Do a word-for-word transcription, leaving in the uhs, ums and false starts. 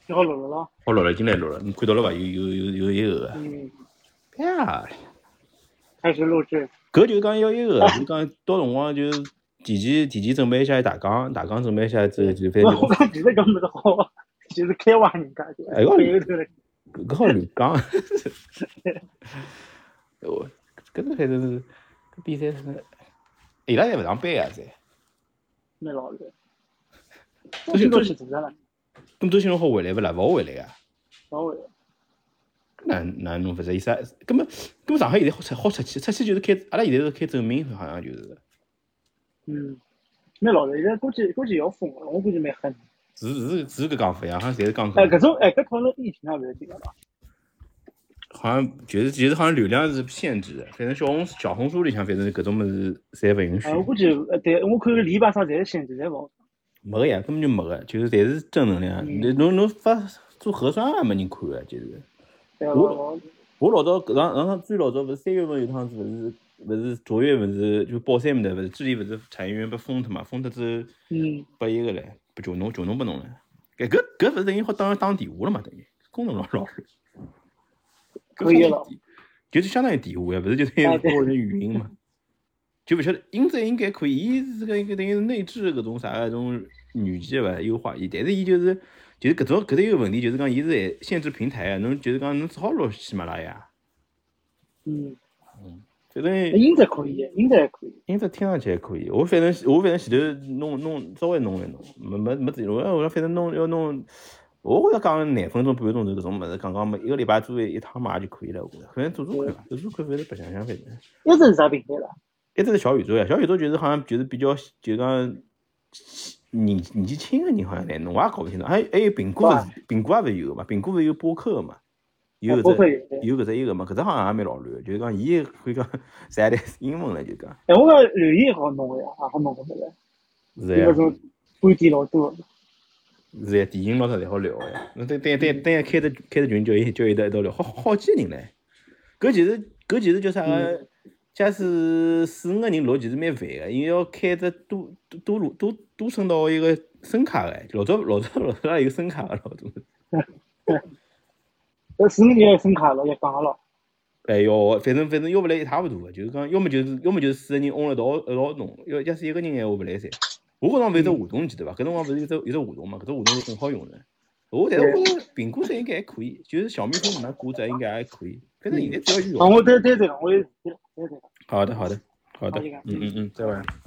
就好录了咯。 好录了，已经来录了，你看到了吧？有有有有一个， 嗯， 漂亮。 开始录制。 搿就讲要一个，就讲到辰光就提前提前准备一下大纲，大纲准备一下之后就反正。 我讲其实根本是好，就是开玩人家就。 哎呦， 背后头嘞。 搿好乱讲。我搿个反正是搿比赛是，伊拉侪勿上班啊，侪。 没老热。周星都去做啥了？ 咁周星驰好回来勿啦？勿好回来啊。 勿回来。 哪哪弄勿着？伊啥？根本根本上海现在好出好出去，出去就是开，阿拉现在是开走民，好像就是。 嗯，蛮老热，现在估计估计要封了，我估计蛮狠。 是是是搿讲法呀，好像侪是讲。 哎，搿种哎，搿讨论疫情也勿要紧了吧？ 好像就是其实好像流量是限制的，反正小红小红书里向反正搿种物事侪勿允许。 我估计呃，对我看礼拜上侪是限制，侪勿好。 没个呀，根本就没个，就是侪是正能量。侬侬侬发做核酸也没人看个，就是。我我老早上上趟最老早勿是三月份有趟子，勿是勿是卓越勿是就宝山面搭勿是智利勿是产业园被封脱嘛？封脱之后， 嗯， 拨伊个唻，拨叫侬叫侬拨侬了。搿搿搿勿是等于好打打电话了嘛？等于功能老老软。 可以了。 就是相当于电话呀，勿是就等于多人语音嘛？就勿晓得音质应该可以，伊是个应该等于是内置搿种啥搿种语气伐优化伊，但是伊就是就是搿种搿头一个问题，就是讲伊是限制平台啊，侬就是讲侬只好录喜马拉雅。 嗯嗯，反正音质可以，音质还可以， 音质听上去还可以。我反正我反正前头弄弄稍微弄一弄，没没没自我我反正弄要弄。我觉着讲廿分钟半个钟头搿种物事，讲讲嘛，一个礼拜做一趟嘛就可以了。我觉着，反正做做看吧，做做看，反正白相相，反正。 一直是啥平台啦？ 一直是小宇宙呀，小宇宙就是好像就是比较就是讲年年纪轻个人好像来弄，我也搞不清楚。还还有苹果勿是苹果也勿是有个嘛？苹果勿是有播客个嘛？有搿只有搿只一个嘛？搿只好像也蛮老乱，就是讲伊可以讲侪来英文了，就讲。 哎，我讲留言好弄个呀，也好弄个么子。 是呀。 那种观点老多。 是呀，电影老啥侪好聊个呀。那等等等等下开只开只群叫伊叫伊一道聊，好好几个人唻。搿其实搿其实叫啥个？假使四五个人录其实蛮烦个，因为要开只多多多多多声道一个声卡个，老早老早老早有声卡个老早。 搿四五个人声卡了，要讲个咯。 哎哟，反正反正要勿来差勿多个，就是讲要么就是要么就是四个人嗡了一道一道弄，要假使一个人闲话勿来噻。我搿辰勿有只互动，记得伐？搿辰光勿是有只有只互动嘛？搿只互动是很好用的。我但是我觉着苹果这应该还可以，就是小蜜蜂里面挂着应该还可以。反正现在只要有。 我对对对，我也是。 好的，好的，好的，嗯嗯嗯，再玩。